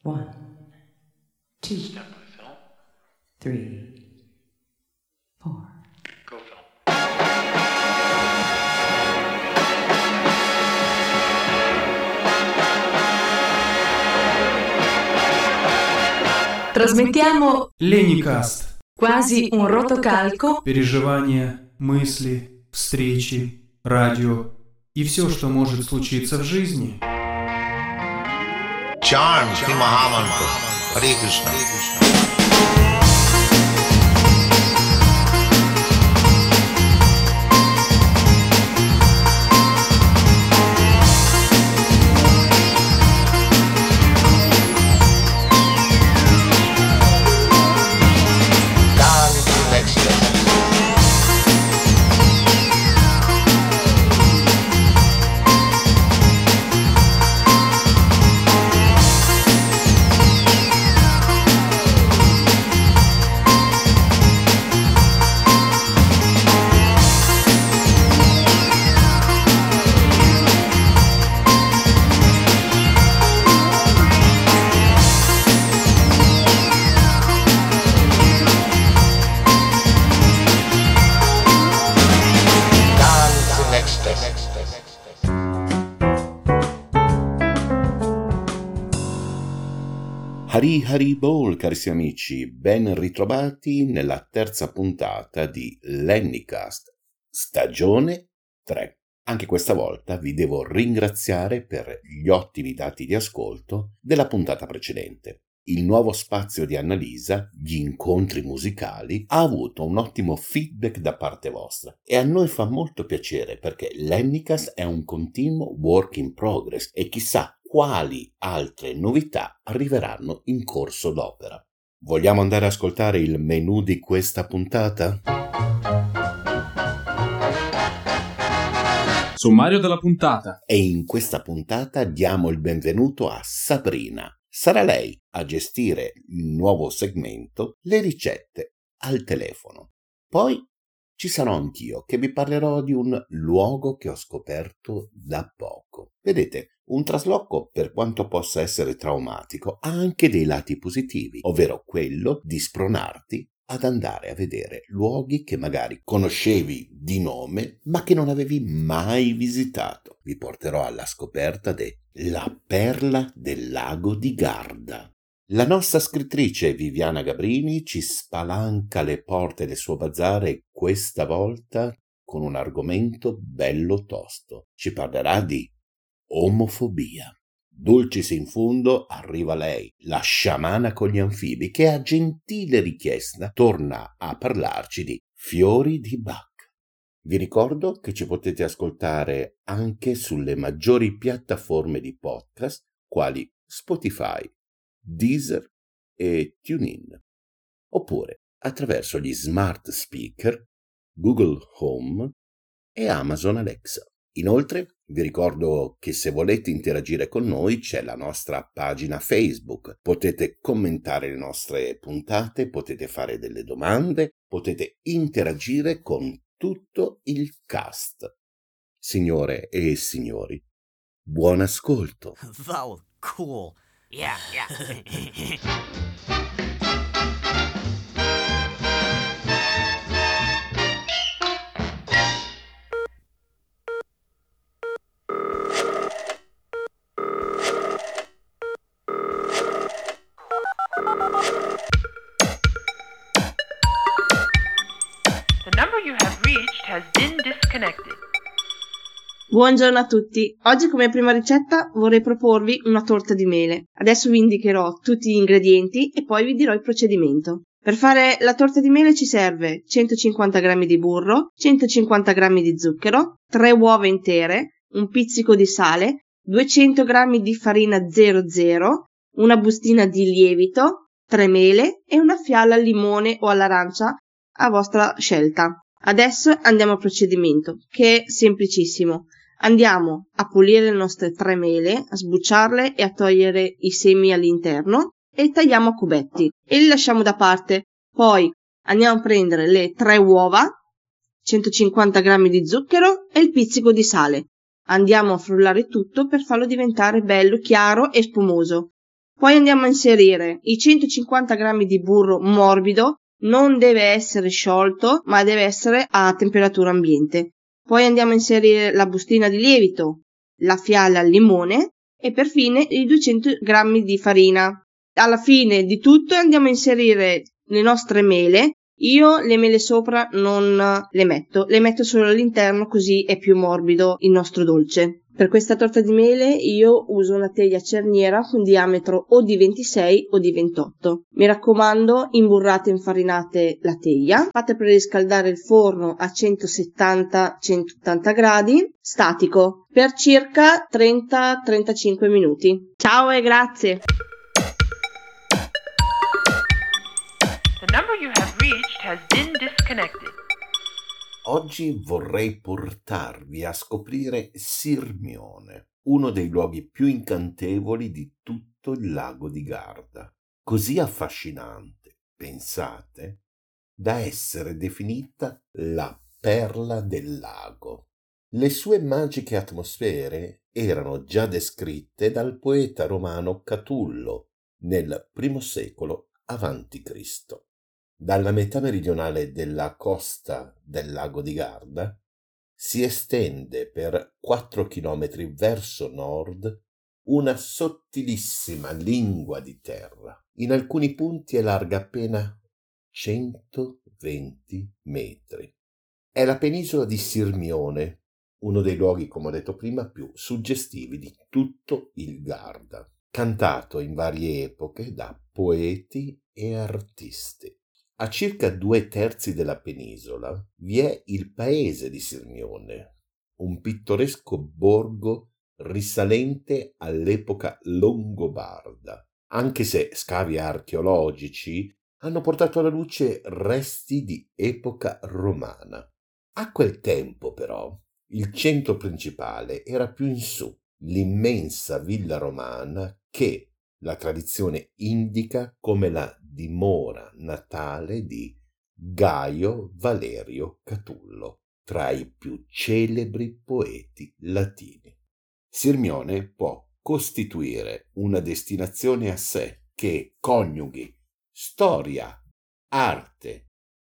1, 2, Stand by, Phil. 3, 4. Go, Phil. Trasmettiamo Леникаст. quasi un rotocalco Переживания, мысли, встречи, радио и все, что может случиться в жизни. Charm Sri Mahamantra. Hare Krishna. Dance in ecstasy. Dance in ecstasy. Hari Hari Bol, carissimi amici, ben ritrovati nella terza puntata di Lennycast, stagione 3. Anche questa volta vi devo ringraziare per gli ottimi dati di ascolto della puntata precedente. Il nuovo spazio di Annalisa, gli incontri musicali, ha avuto un ottimo feedback da parte vostra e a noi fa molto piacere perché Lennycast è un continuo work in progress e chissà quali altre novità arriveranno in corso d'opera. Vogliamo andare ad ascoltare il menù di questa puntata? Sommario della puntata. E in questa puntata diamo il benvenuto a Sabrina. Sarà lei a gestire il nuovo segmento Le ricette al telefono. Poi ci sarò anch'io che vi parlerò di un luogo che ho scoperto da poco. Vedete, un trasloco, per quanto possa essere traumatico, ha anche dei lati positivi, ovvero quello di spronarti ad andare a vedere luoghi che magari conoscevi di nome, ma che non avevi mai visitato. Vi porterò alla scoperta della perla del lago di Garda. La nostra scrittrice Viviana Gabrini ci spalanca le porte del suo bazar e questa volta con un argomento bello tosto. Ci parlerà di omofobia. Dulcis in fundo arriva lei, la sciamana con gli anfibi, che a gentile richiesta torna a parlarci di fiori di Bach. Vi ricordo che ci potete ascoltare anche sulle maggiori piattaforme di podcast, quali Spotify, Deezer e TuneIn, oppure attraverso gli smart speaker, Google Home e Amazon Alexa. Inoltre, vi ricordo che se volete interagire con noi c'è la nostra pagina Facebook, potete commentare le nostre puntate, potete fare delle domande, potete interagire con tutto il cast. Signore e signori, buon ascolto. That was cool. Yeah. The number you have reached has been disconnected. Buongiorno a tutti, oggi come prima ricetta vorrei proporvi una torta di mele. Adesso vi indicherò tutti gli ingredienti e poi vi dirò il procedimento. Per fare la torta di mele ci serve 150 g di burro, 150 g di zucchero, 3 uova intere, un pizzico di sale, 200 g di farina 00, una bustina di lievito, 3 mele e una fiala al limone o all'arancia a vostra scelta. Adesso andiamo al procedimento, che è semplicissimo. Andiamo a pulire le nostre 3 mele, a sbucciarle e a togliere i semi all'interno e tagliamo a cubetti e li lasciamo da parte. Poi andiamo a prendere le 3 uova, 150 g di zucchero e il pizzico di sale. Andiamo a frullare tutto per farlo diventare bello chiaro e spumoso. Poi andiamo a inserire i 150 grammi di burro morbido, non deve essere sciolto, ma deve essere a temperatura ambiente. Poi andiamo a inserire la bustina di lievito, la fiala al limone e per fine i 200 grammi di farina. Alla fine di tutto andiamo a inserire le nostre mele. Io le mele sopra non le metto solo all'interno, così è più morbido il nostro dolce. Per questa torta di mele io uso una teglia cerniera con diametro o di 26 o di 28. Mi raccomando, imburrate e infarinate la teglia, fate preriscaldare il forno a 170-180 gradi, statico, per circa 30-35 minuti. Ciao e grazie! The number you have reached has been disconnected. Oggi vorrei portarvi a scoprire Sirmione, uno dei luoghi più incantevoli di tutto il lago di Garda. Così affascinante, pensate, da essere definita la perla del lago. Le sue magiche atmosfere erano già descritte dal poeta romano Catullo nel I secolo a.C. Dalla metà meridionale della costa del lago di Garda si estende per 4 chilometri verso nord una sottilissima lingua di terra. In alcuni punti è larga appena 120 metri. È la penisola di Sirmione, uno dei luoghi, come ho detto prima, più suggestivi di tutto il Garda, cantato in varie epoche da poeti e artisti. A circa 2/3 della penisola vi è il paese di Sirmione, un pittoresco borgo risalente all'epoca longobarda, anche se scavi archeologici hanno portato alla luce resti di epoca romana. A quel tempo, però, il centro principale era più in su, l'immensa villa romana che la tradizione indica come la dimora natale di Gaio Valerio Catullo, tra i più celebri poeti latini. Sirmione può costituire una destinazione a sé che coniughi storia, arte,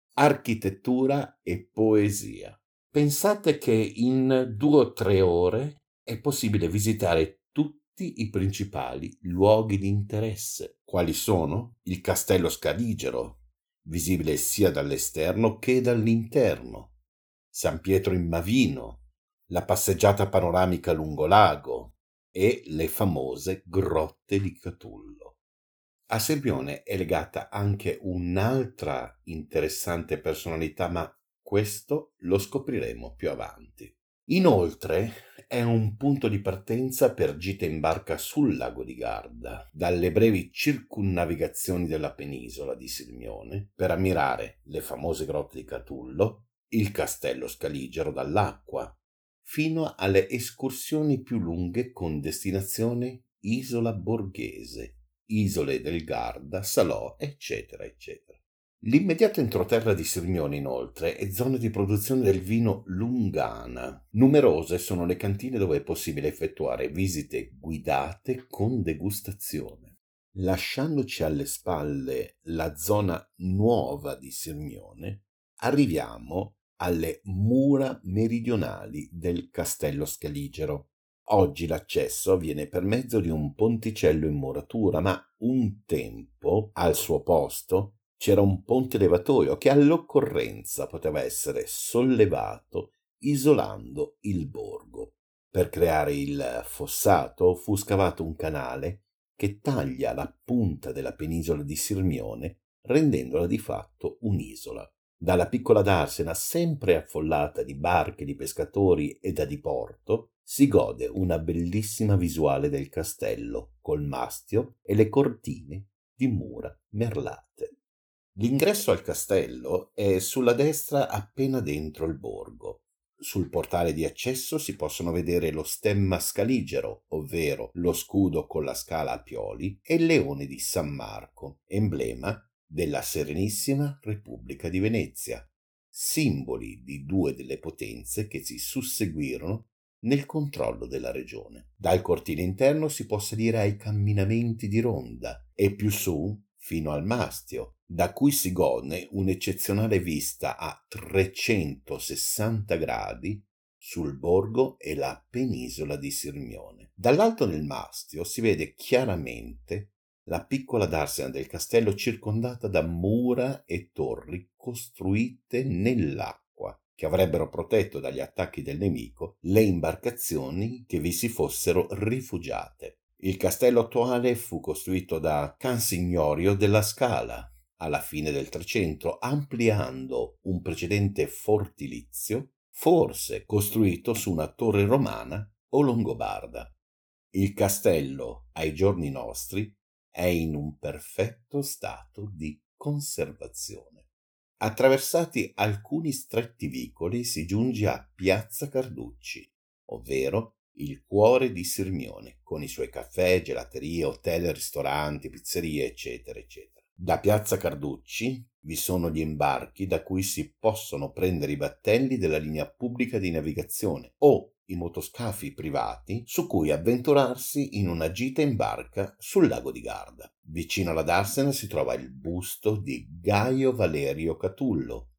architettura e poesia. Pensate che in 2 o 3 ore è possibile visitare tutti i principali luoghi di interesse. Quali sono? Il Castello Scaligero, visibile sia dall'esterno che dall'interno, San Pietro in Mavino, la passeggiata panoramica lungo lago e le famose grotte di Catullo. A Sirmione è legata anche un'altra interessante personalità, ma questo lo scopriremo più avanti. Inoltre è un punto di partenza per gite in barca sul lago di Garda, dalle brevi circumnavigazioni della penisola di Sirmione per ammirare le famose grotte di Catullo, il castello Scaligero dall'acqua, fino alle escursioni più lunghe con destinazione Isola Borghese, Isole del Garda, Salò, eccetera, eccetera. L'immediato entroterra di Sirmione, inoltre, è zona di produzione del vino Lungana. Numerose sono le cantine dove è possibile effettuare visite guidate con degustazione. Lasciandoci alle spalle la zona nuova di Sirmione, arriviamo alle mura meridionali del Castello Scaligero. Oggi l'accesso avviene per mezzo di un ponticello in muratura, ma un tempo, al suo posto, c'era un ponte levatoio che all'occorrenza poteva essere sollevato isolando il borgo. Per creare il fossato fu scavato un canale che taglia la punta della penisola di Sirmione, rendendola di fatto un'isola. Dalla piccola darsena, sempre affollata di barche di pescatori e da diporto, si gode una bellissima visuale del castello, col mastio e le cortine di mura merlate. L'ingresso al castello è sulla destra appena dentro il borgo. Sul portale di accesso si possono vedere lo stemma scaligero, ovvero lo scudo con la scala a pioli, e il leone di San Marco, emblema della Serenissima Repubblica di Venezia, simboli di 2 delle potenze che si susseguirono nel controllo della regione. Dal cortile interno si può salire ai camminamenti di ronda e più su fino al mastio, da cui si gode un'eccezionale vista a 360 gradi sul borgo e la penisola di Sirmione. Dall'alto del mastio si vede chiaramente la piccola darsena del castello circondata da mura e torri costruite nell'acqua, che avrebbero protetto dagli attacchi del nemico le imbarcazioni che vi si fossero rifugiate. Il castello attuale fu costruito da Cansignorio della Scala alla fine del 300, ampliando un precedente fortilizio, forse costruito su una torre romana o longobarda. Il castello, ai giorni nostri, è in un perfetto stato di conservazione. Attraversati alcuni stretti vicoli si giunge a Piazza Carducci, ovvero il cuore di Sirmione, con i suoi caffè, gelaterie, hotel, ristoranti, pizzerie, eccetera, eccetera. Da Piazza Carducci vi sono gli imbarchi da cui si possono prendere i battelli della linea pubblica di navigazione o i motoscafi privati su cui avventurarsi in una gita in barca sul lago di Garda. Vicino alla darsena si trova il busto di Gaio Valerio Catullo,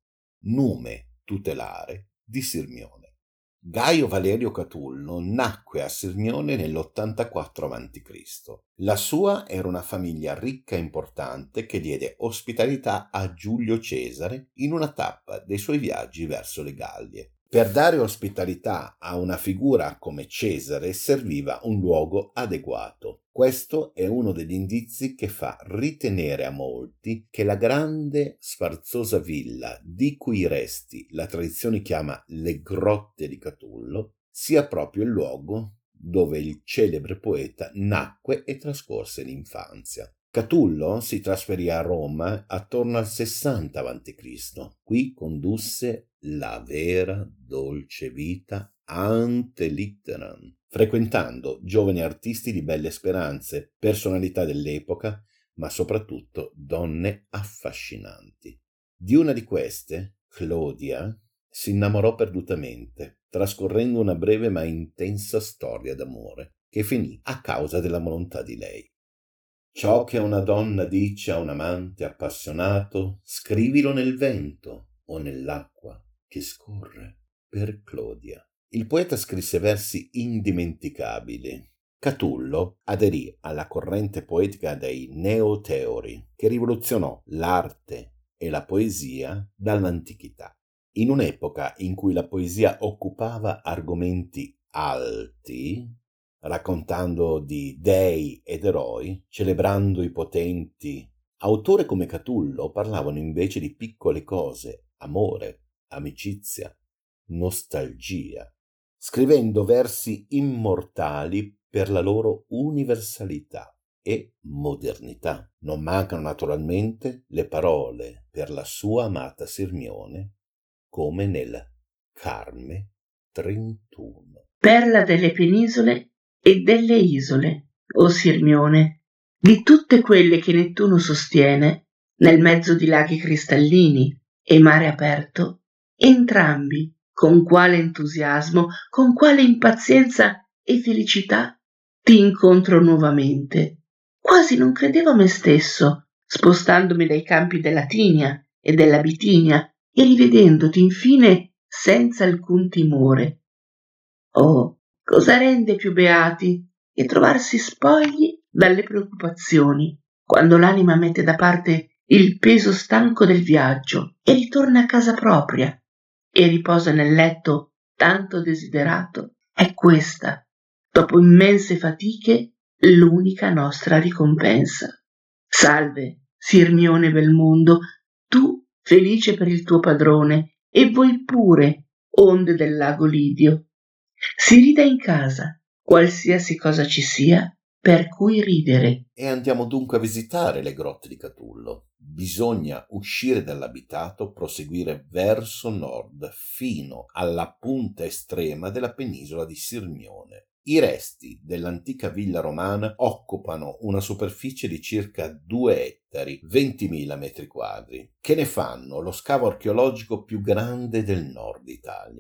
nume tutelare di Sirmione. Gaio Valerio Catullo nacque a Sirmione nell'84 a.C. La sua era una famiglia ricca e importante che diede ospitalità a Giulio Cesare in una tappa dei suoi viaggi verso le Gallie. Per dare ospitalità a una figura come Cesare serviva un luogo adeguato. Questo è uno degli indizi che fa ritenere a molti che la grande sfarzosa villa di cui resti la tradizione chiama le Grotte di Catullo sia proprio il luogo dove il celebre poeta nacque e trascorse l'infanzia. Catullo si trasferì a Roma attorno al 60 a.C. Qui condusse la vera dolce vita ante litteram, frequentando giovani artisti di belle speranze, personalità dell'epoca, ma soprattutto donne affascinanti. Di una di queste, Clodia, si innamorò perdutamente, trascorrendo una breve ma intensa storia d'amore, che finì a causa della volontà di lei. Ciò che una donna dice a un amante appassionato, scrivilo nel vento o nell'acqua che scorre per Clodia. Il poeta scrisse versi indimenticabili. Catullo aderì alla corrente poetica dei Neoteori, che rivoluzionò l'arte e la poesia dall'antichità. In un'epoca in cui la poesia occupava argomenti alti, raccontando di dei ed eroi, celebrando i potenti, autori come Catullo parlavano invece di piccole cose, amore, amicizia, nostalgia, scrivendo versi immortali per la loro universalità e modernità. Non mancano naturalmente le parole per la sua amata Sirmione, come nel Carme 31. Perla delle penisole e delle isole, o Sirmione, di tutte quelle che Nettuno sostiene, nel mezzo di laghi cristallini e mare aperto, entrambi, con quale entusiasmo, con quale impazienza e felicità, ti incontro nuovamente. Quasi non credevo a me stesso, spostandomi dai campi della Tinia e della Bitinia e rivedendoti infine senza alcun timore. Oh, cosa rende più beati che trovarsi spogli dalle preoccupazioni, quando l'anima mette da parte il peso stanco del viaggio e ritorna a casa propria e riposa nel letto tanto desiderato. È questa, dopo immense fatiche, l'unica nostra ricompensa. Salve, Sirmione Belmondo, tu felice per il tuo padrone, e voi pure, onde del lago Lidio. Si rida in casa, qualsiasi cosa ci sia per cui ridere. E andiamo dunque a visitare le grotte di Catullo. Bisogna uscire dall'abitato, proseguire verso nord fino alla punta estrema della penisola di Sirmione. I resti dell'antica villa romana occupano una superficie di circa 2 ettari, 20.000 metri quadri, che ne fanno lo scavo archeologico più grande del nord Italia.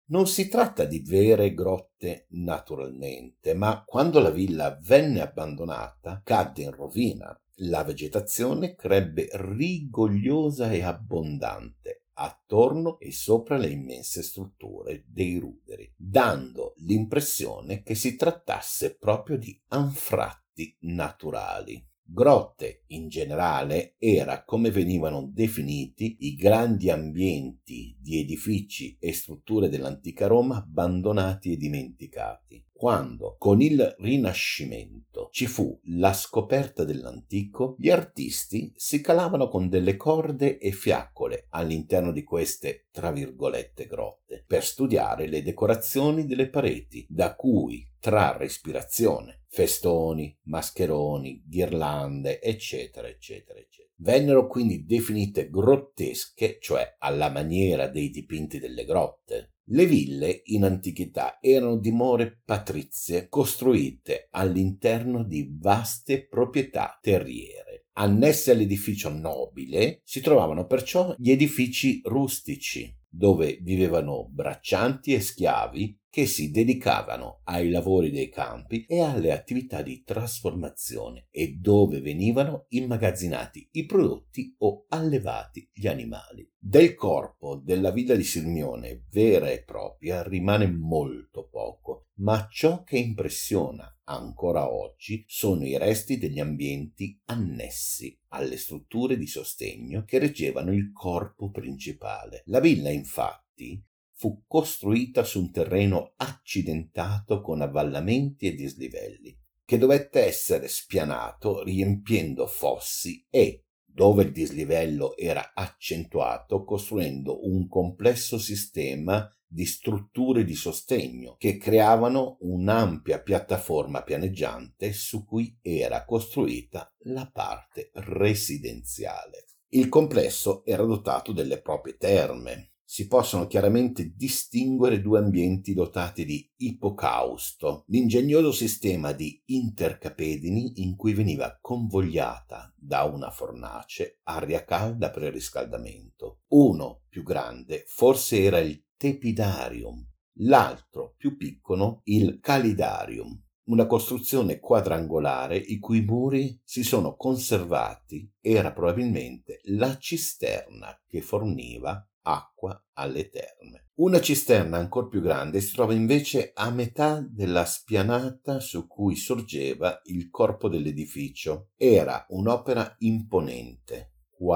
Non si tratta di vere grotte naturalmente, ma quando la villa venne abbandonata, cadde in rovina. La vegetazione crebbe rigogliosa e abbondante attorno e sopra le immense strutture dei ruderi, dando l'impressione che si trattasse proprio di anfratti naturali. Grotte, in generale, era come venivano definiti i grandi ambienti di edifici e strutture dell'antica Roma abbandonati e dimenticati. Quando, con il Rinascimento, ci fu la scoperta dell'antico, gli artisti si calavano con delle corde e fiaccole all'interno di queste, tra virgolette, grotte, per studiare le decorazioni delle pareti, da cui trarre ispirazione. Festoni, mascheroni, ghirlande, eccetera, eccetera, eccetera. Vennero quindi definite grottesche, cioè alla maniera dei dipinti delle grotte. Le ville in antichità erano dimore patrizie costruite all'interno di vaste proprietà terriere. Annesse all'edificio nobile si trovavano perciò gli edifici rustici, dove vivevano braccianti e schiavi che si dedicavano ai lavori dei campi e alle attività di trasformazione e dove venivano immagazzinati i prodotti o allevati gli animali. Del corpo della villa di Sirmione vera e propria rimane molto poco, ma ciò che impressiona ancora oggi sono i resti degli ambienti annessi alle strutture di sostegno che reggevano il corpo principale. La villa, infatti, fu costruita su un terreno accidentato con avvallamenti e dislivelli, che dovette essere spianato riempiendo fossi e, dove il dislivello era accentuato, costruendo un complesso sistema di strutture di sostegno che creavano un'ampia piattaforma pianeggiante su cui era costruita la parte residenziale. Il complesso era dotato delle proprie terme. Si possono chiaramente distinguere due ambienti dotati di ipocausto, l'ingegnoso sistema di intercapedini in cui veniva convogliata da una fornace aria calda per il riscaldamento. Uno, più grande, forse era il tepidarium, l'altro, più piccolo, il calidarium, una costruzione quadrangolare i cui muri si sono conservati. Era probabilmente la cisterna che forniva acqua alle terme. Una cisterna ancor più grande si trova invece a metà della spianata su cui sorgeva il corpo dell'edificio. Era un'opera imponente,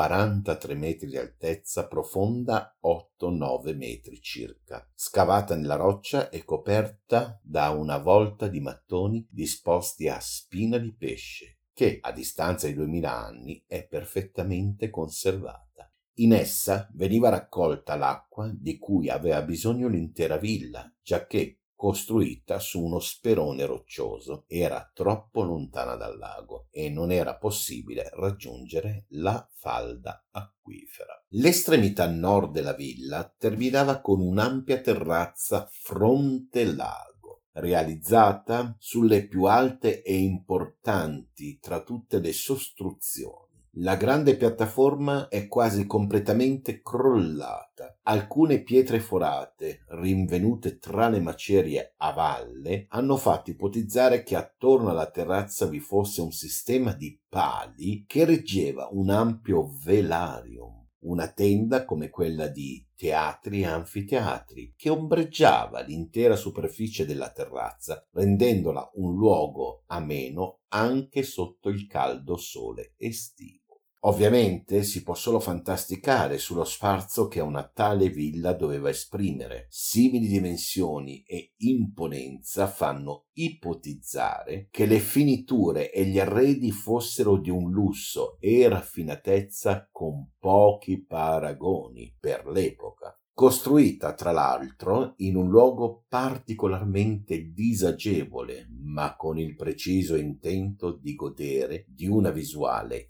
43 metri di altezza, profonda 8-9 metri circa, scavata nella roccia e coperta da una volta di mattoni disposti a spina di pesce, che a distanza di 2000 anni è perfettamente conservata. In essa veniva raccolta l'acqua di cui aveva bisogno l'intera villa, giacché costruita su uno sperone roccioso, era troppo lontana dal lago e non era possibile raggiungere la falda acquifera. L'estremità nord della villa terminava con un'ampia terrazza fronte lago, realizzata sulle più alte e importanti tra tutte le sostruzioni. La grande piattaforma è quasi completamente crollata. Alcune pietre forate, rinvenute tra le macerie a valle, hanno fatto ipotizzare che attorno alla terrazza vi fosse un sistema di pali che reggeva un ampio velarium, una tenda come quella di teatri e anfiteatri, che ombreggiava l'intera superficie della terrazza, rendendola un luogo ameno anche sotto il caldo sole estivo. Ovviamente si può solo fantasticare sullo sfarzo che una tale villa doveva esprimere. Simili dimensioni e imponenza fanno ipotizzare che le finiture e gli arredi fossero di un lusso e raffinatezza con pochi paragoni per l'epoca. Costruita tra l'altro in un luogo particolarmente disagevole, ma con il preciso intento di godere di una visuale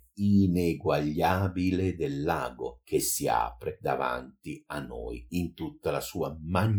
ineguagliabile del lago che si apre davanti a noi in tutta la sua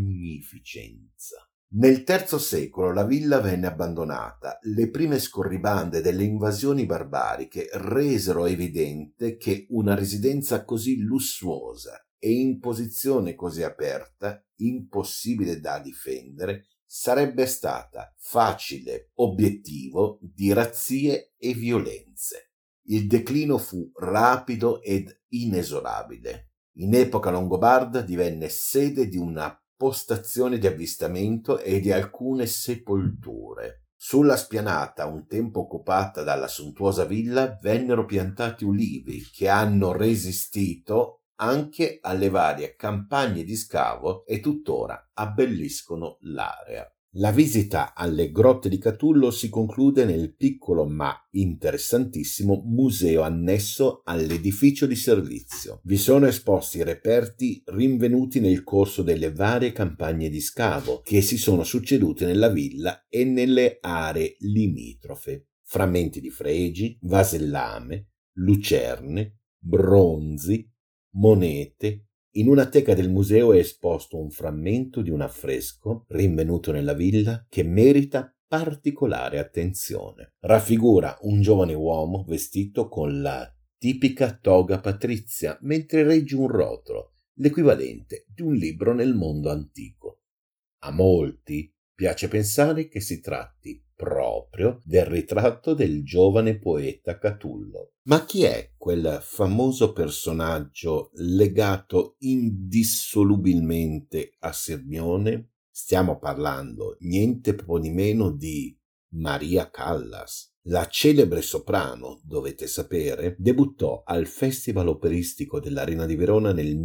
magnificenza. Nel III secolo la villa venne abbandonata. Le prime scorribande delle invasioni barbariche resero evidente che una residenza così lussuosa e in posizione così aperta, impossibile da difendere, sarebbe stata facile obiettivo di razzie e violenze. Il declino fu rapido ed inesorabile. In epoca longobarda divenne sede di una postazione di avvistamento e di alcune sepolture. Sulla spianata, un tempo occupata dalla sontuosa villa, vennero piantati ulivi che hanno resistito anche alle varie campagne di scavo e tuttora abbelliscono l'area. La visita alle grotte di Catullo si conclude nel piccolo ma interessantissimo museo annesso all'edificio di servizio. Vi sono esposti reperti rinvenuti nel corso delle varie campagne di scavo che si sono succedute nella villa e nelle aree limitrofe. Frammenti di fregi, vasellame, lucerne, bronzi, monete. In una teca del museo è esposto un frammento di un affresco rinvenuto nella villa che merita particolare attenzione. Raffigura un giovane uomo vestito con la tipica toga patrizia mentre regge un rotolo, l'equivalente di un libro nel mondo antico. A molti piace pensare che si tratti proprio del ritratto del giovane poeta Catullo. Ma chi è quel famoso personaggio legato indissolubilmente a Sirmione? Stiamo parlando niente po' di meno di Maria Callas. La celebre soprano, dovete sapere, debuttò al Festival Operistico dell'Arena di Verona nel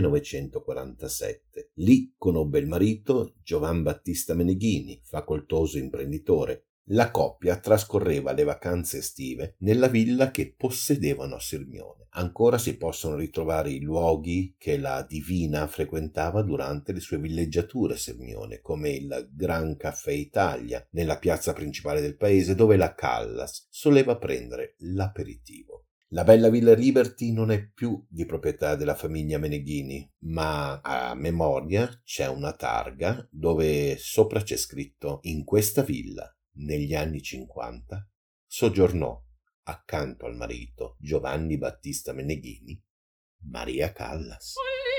1947. Lì conobbe il marito Giovan Battista Meneghini, facoltoso imprenditore. La coppia trascorreva le vacanze estive nella villa che possedevano a Sirmione. Ancora si possono ritrovare i luoghi che la divina frequentava durante le sue villeggiature a Sirmione, come il Gran Caffè Italia, nella piazza principale del paese, dove la Callas soleva prendere l'aperitivo. La bella Villa Liberty non è più di proprietà della famiglia Meneghini, ma a memoria c'è una targa dove sopra c'è scritto: in questa villa, negli anni 50, soggiornò accanto al marito Giovanni Battista Meneghini, Maria Callas.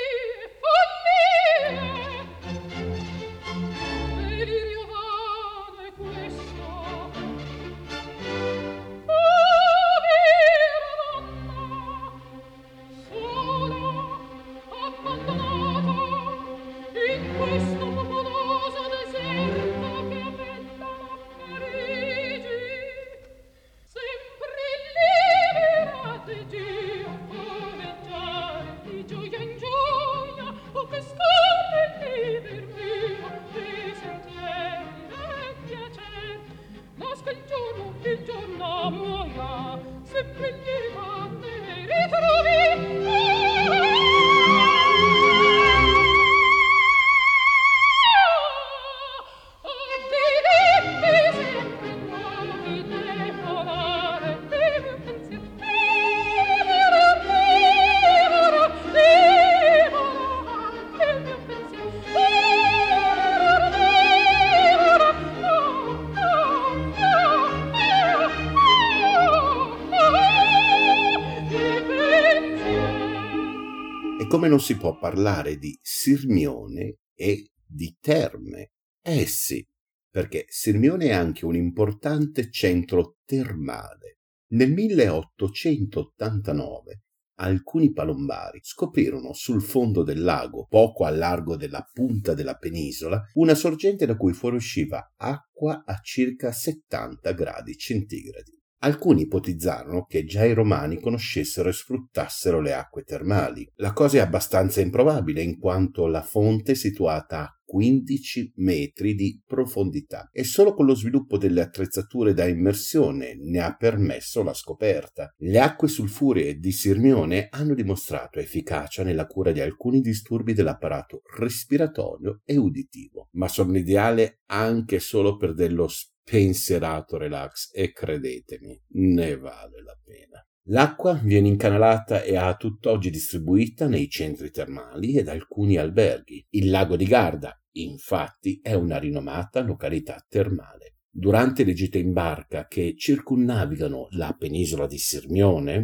Come non si può parlare di Sirmione e di terme? Eh sì, perché Sirmione è anche un importante centro termale. Nel 1889 alcuni palombari scoprirono sul fondo del lago, poco a largo della punta della penisola, una sorgente da cui fuoriusciva acqua a circa 70 gradi centigradi. Alcuni ipotizzarono che già i romani conoscessero e sfruttassero le acque termali. La cosa è abbastanza improbabile, in quanto la fonte è situata a 15 metri di profondità e solo con lo sviluppo delle attrezzature da immersione ne ha permesso la scoperta. Le acque sulfuree di Sirmione hanno dimostrato efficacia nella cura di alcuni disturbi dell'apparato respiratorio e uditivo, ma sono ideale anche solo per dello pensierato relax e credetemi, ne vale la pena. L'acqua viene incanalata e a tutt'oggi distribuita nei centri termali ed alcuni alberghi. Il lago di Garda, infatti, è una rinomata località termale. Durante le gite in barca che circumnavigano la penisola di Sirmione,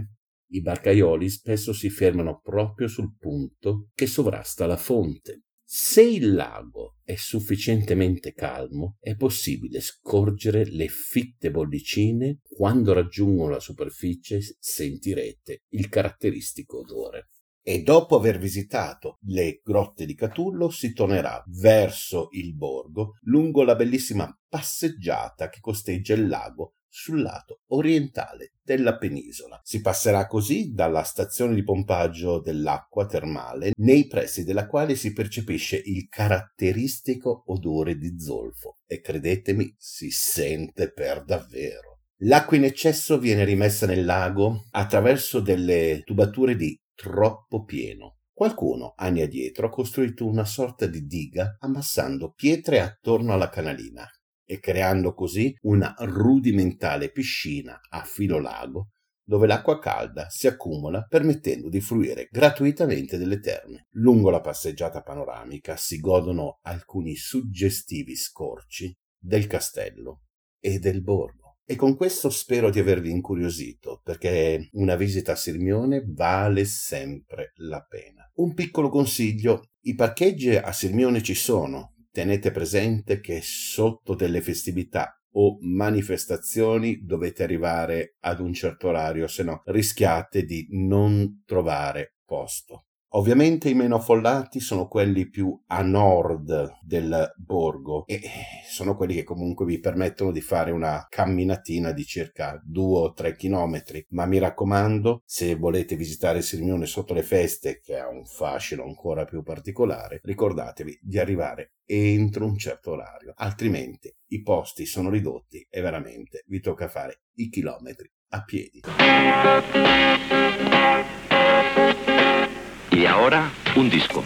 I barcaioli spesso si fermano proprio sul punto che sovrasta la fonte. Se il lago è sufficientemente calmo, è possibile scorgere le fitte bollicine. Quando raggiungono la superficie sentirete il caratteristico odore. E dopo aver visitato le grotte di Catullo si tornerà verso il borgo lungo la bellissima passeggiata che costeggia il lago sul lato orientale della penisola. Si passerà così dalla stazione di pompaggio dell'acqua termale, nei pressi della quale si percepisce il caratteristico odore di zolfo e credetemi, si sente per davvero. L'acqua in eccesso viene rimessa nel lago attraverso delle tubature di troppo pieno. Qualcuno, anni addietro, ha costruito una sorta di diga ammassando pietre attorno alla canalina e creando così una rudimentale piscina a filo lago dove l'acqua calda si accumula permettendo di fruire gratuitamente delle terme. Lungo la passeggiata panoramica si godono alcuni suggestivi scorci del castello e del borgo. E con questo spero di avervi incuriosito, perché una visita a Sirmione vale sempre la pena. Un piccolo consiglio: i parcheggi a Sirmione ci sono. Tenete presente che sotto delle festività o manifestazioni dovete arrivare ad un certo orario, se no rischiate di non trovare posto. Ovviamente i meno affollati sono quelli più a nord del borgo e sono quelli che comunque vi permettono di fare una camminatina di circa 2 o 3 chilometri, ma mi raccomando, se volete visitare Sirmione sotto le feste, che ha un fascino ancora più particolare, ricordatevi di arrivare entro un certo orario, altrimenti i posti sono ridotti e veramente vi tocca fare i chilometri a piedi. Y ahora, un disco.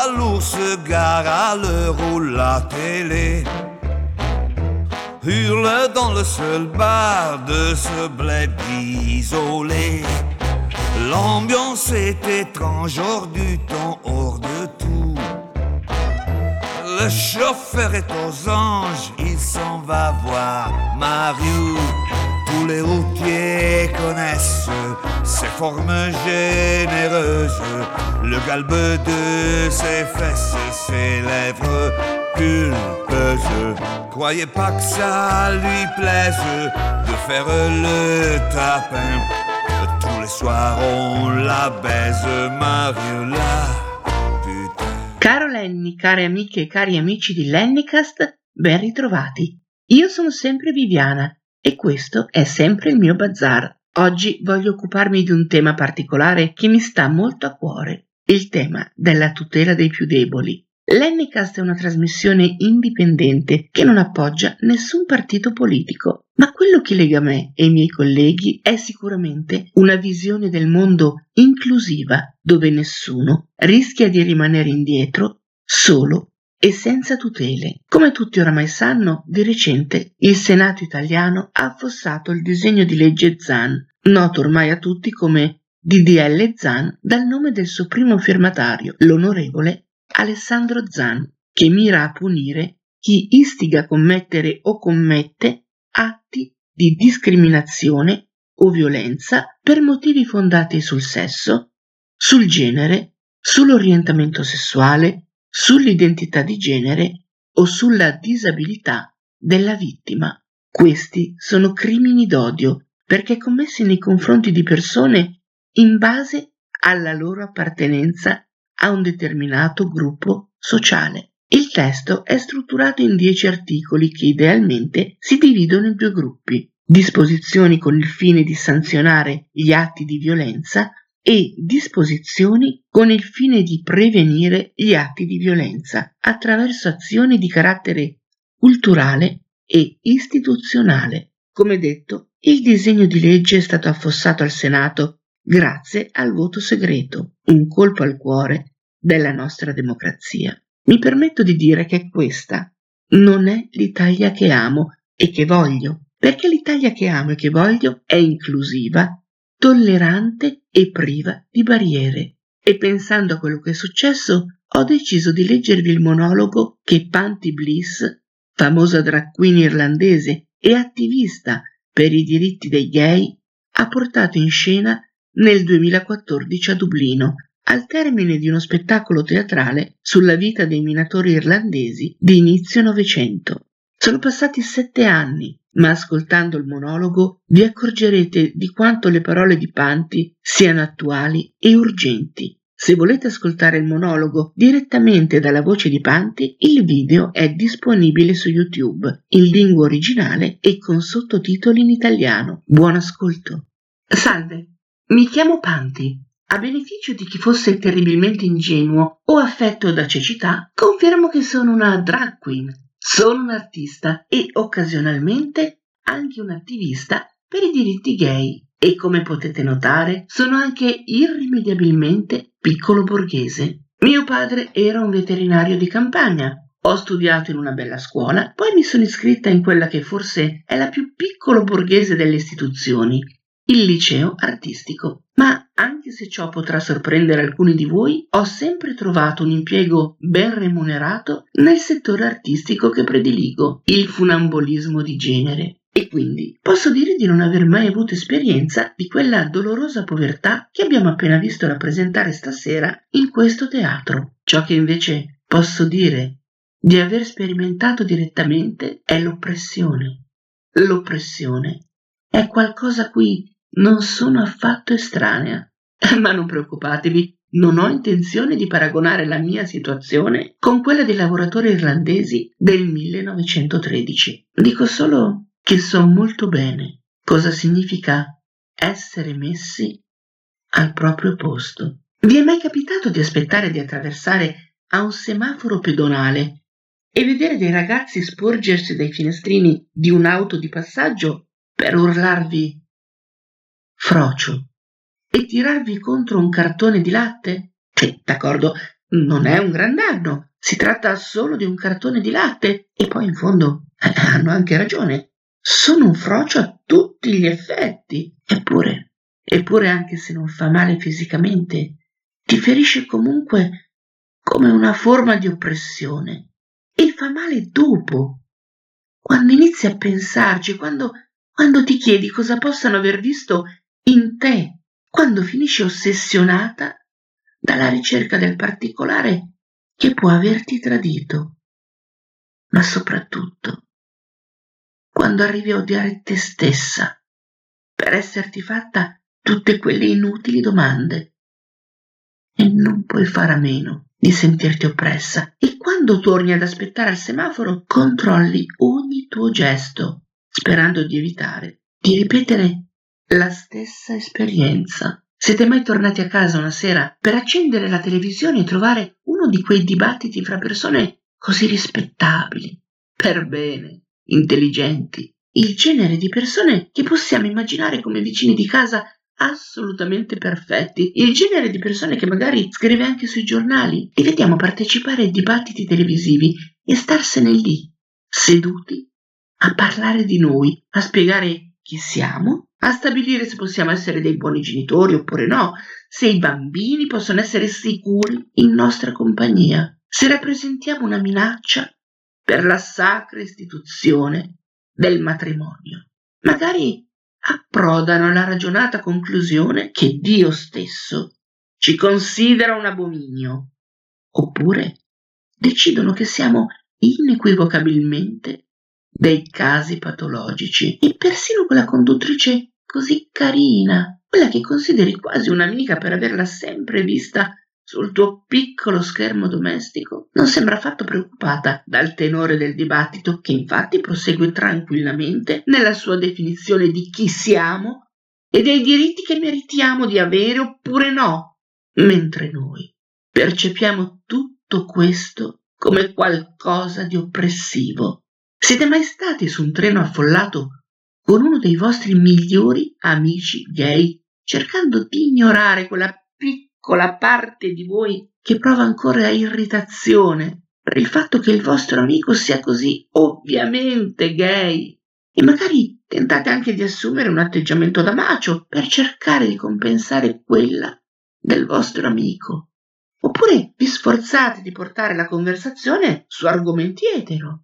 lourd se gare à l'heure où la télé hurle dans le seul bar de ce bled isolé. L'ambiance est étrange, hors du temps, hors de tout. Le chauffeur est aux anges, il s'en va voir Mario. Tous les routiers connaissent ses formes généreuses, le galbe de ses fesses, ses lèvres pulpeuses. Croyez pas que ça lui plaise de faire le tapin. Tous les soirs on la baise, Mariola, putain. Caro Lenny, care amiche e cari amici di Lennycast, ben ritrovati. Io sono sempre Viviana e questo è sempre il mio bazar. Oggi voglio occuparmi di un tema particolare che mi sta molto a cuore, il tema della tutela dei più deboli. Lennycast è una trasmissione indipendente che non appoggia nessun partito politico, ma quello che lega me e i miei colleghi è sicuramente una visione del mondo inclusiva, dove nessuno rischia di rimanere indietro, solo e senza tutele. Come tutti oramai sanno, di recente il Senato italiano ha affossato il disegno di legge Zan, noto ormai a tutti come DDL Zan dal nome del suo primo firmatario, l'onorevole Alessandro Zan, che mira a punire chi istiga a commettere o commette atti di discriminazione o violenza per motivi fondati sul sesso, sul genere, sull'orientamento sessuale, sull'identità di genere o sulla disabilità della vittima. Questi sono crimini d'odio perché commessi nei confronti di persone in base alla loro appartenenza a un determinato gruppo sociale. Il testo è strutturato in 10 articoli che idealmente si dividono in 2 gruppi: disposizioni con il fine di sanzionare gli atti di violenza e disposizioni con il fine di prevenire gli atti di violenza attraverso azioni di carattere culturale e istituzionale. Come detto, il disegno di legge è stato affossato al Senato grazie al voto segreto, un colpo al cuore della nostra democrazia. Mi permetto di dire che questa non è l'Italia che amo e che voglio, perché l'Italia che amo e che voglio è inclusiva, tollerante e priva di barriere. E pensando a quello che è successo, ho deciso di leggervi il monologo che Panti Bliss, famosa drag queen irlandese e attivista per i diritti dei gay, ha portato in scena nel 2014 a Dublino, al termine di uno spettacolo teatrale sulla vita dei minatori irlandesi di inizio Novecento. Sono passati 7 anni, ma ascoltando il monologo vi accorgerete di quanto le parole di Panti siano attuali e urgenti. Se volete ascoltare il monologo direttamente dalla voce di Panti, il video è disponibile su YouTube in lingua originale e con sottotitoli in italiano. Buon ascolto. Salve. Mi chiamo Panti. A beneficio di chi fosse terribilmente ingenuo o affetto da cecità, confermo che sono una drag queen. Sono un artista e occasionalmente anche un attivista per i diritti gay. E come potete notare, sono anche irrimediabilmente piccolo borghese. Mio padre era un veterinario di campagna. Ho studiato in una bella scuola, poi mi sono iscritta in quella che forse è la più piccolo borghese delle istituzioni, il liceo artistico. Ma anche se ciò potrà sorprendere alcuni di voi, ho sempre trovato un impiego ben remunerato nel settore artistico che prediligo, il funambolismo di genere. E quindi posso dire di non aver mai avuto esperienza di quella dolorosa povertà che abbiamo appena visto rappresentare stasera in questo teatro. Ciò che invece posso dire di aver sperimentato direttamente è l'oppressione. L'oppressione è qualcosa a cui non sono affatto estranea, ma non preoccupatevi, non ho intenzione di paragonare la mia situazione con quella dei lavoratori irlandesi del 1913. Dico solo che so molto bene cosa significa essere messi al proprio posto. Vi è mai capitato di aspettare di attraversare a un semaforo pedonale e vedere dei ragazzi sporgersi dai finestrini di un'auto di passaggio per urlarvi frocio e tirarvi contro un cartone di latte? Sì, d'accordo, non è un gran danno, si tratta solo di un cartone di latte e poi in fondo hanno anche ragione, sono un frocio a tutti gli effetti, eppure anche se non fa male fisicamente, ti ferisce comunque come una forma di oppressione e fa male dopo, quando inizi a pensarci, quando ti chiedi cosa possano aver visto in te, quando finisci ossessionata dalla ricerca del particolare che può averti tradito, ma soprattutto quando arrivi a odiare te stessa per esserti fatta tutte quelle inutili domande e non puoi fare a meno di sentirti oppressa e quando torni ad aspettare al semaforo controlli ogni tuo gesto sperando di evitare di ripetere la stessa esperienza. Siete mai tornati a casa una sera per accendere la televisione e trovare uno di quei dibattiti fra persone così rispettabili, per bene, intelligenti, il genere di persone che possiamo immaginare come vicini di casa assolutamente perfetti, il genere di persone che magari scrive anche sui giornali, li vediamo partecipare ai dibattiti televisivi e starsene lì, seduti, a parlare di noi, a spiegare chi siamo, a stabilire se possiamo essere dei buoni genitori oppure no, se i bambini possono essere sicuri in nostra compagnia, se rappresentiamo una minaccia per la sacra istituzione del matrimonio. Magari approdano alla ragionata conclusione che Dio stesso ci considera un abominio, oppure decidono che siamo inequivocabilmente dei casi patologici e persino quella conduttrice così carina, quella che consideri quasi un'amica per averla sempre vista sul tuo piccolo schermo domestico, non sembra affatto preoccupata dal tenore del dibattito che infatti prosegue tranquillamente nella sua definizione di chi siamo e dei diritti che meritiamo di avere oppure no, mentre noi percepiamo tutto questo come qualcosa di oppressivo. Siete mai stati su un treno affollato con uno dei vostri migliori amici gay, cercando di ignorare quella piccola parte di voi che prova ancora irritazione per il fatto che il vostro amico sia così ovviamente gay? E magari tentate anche di assumere un atteggiamento da macho per cercare di compensare quella del vostro amico. Oppure vi sforzate di portare la conversazione su argomenti etero.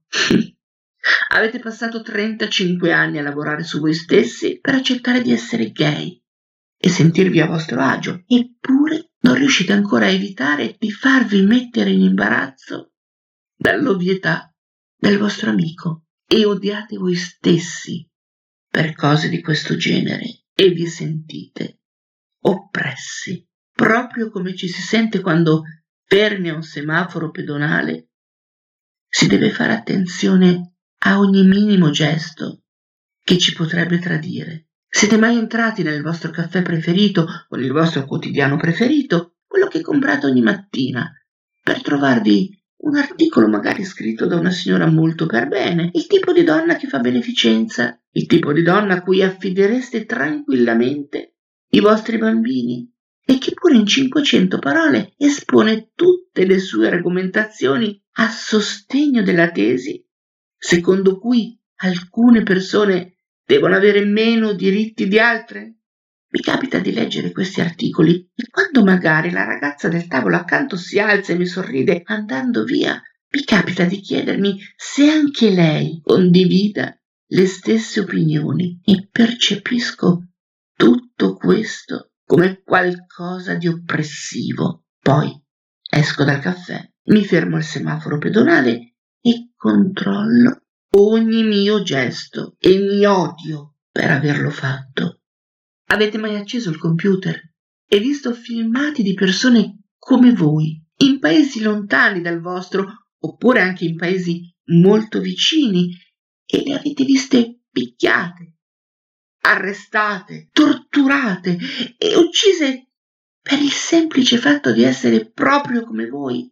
Avete passato 35 anni a lavorare su voi stessi per accettare di essere gay e sentirvi a vostro agio, eppure non riuscite ancora a evitare di farvi mettere in imbarazzo dall'ovvietà del vostro amico e odiate voi stessi per cose di questo genere e vi sentite oppressi, proprio come ci si sente quando, fermi a un semaforo pedonale, si deve fare attenzione a ogni minimo gesto che ci potrebbe tradire. Siete mai entrati nel vostro caffè preferito o nel vostro quotidiano preferito, quello che comprate ogni mattina, per trovarvi un articolo magari scritto da una signora molto per bene, il tipo di donna che fa beneficenza, il tipo di donna a cui affidereste tranquillamente i vostri bambini e che pure in 500 parole espone tutte le sue argomentazioni a sostegno della tesi secondo cui alcune persone devono avere meno diritti di altre? Mi capita di leggere questi articoli e quando magari la ragazza del tavolo accanto si alza e mi sorride andando via, mi capita di chiedermi se anche lei condivida le stesse opinioni e percepisco tutto questo come qualcosa di oppressivo. Poi esco dal caffè, mi fermo al semaforo pedonale e controllo ogni mio gesto e mi odio per averlo fatto. Avete mai acceso il computer e visto filmati di persone come voi, in paesi lontani dal vostro, oppure anche in paesi molto vicini, e le avete viste picchiate, arrestate, torturate e uccise per il semplice fatto di essere proprio come voi?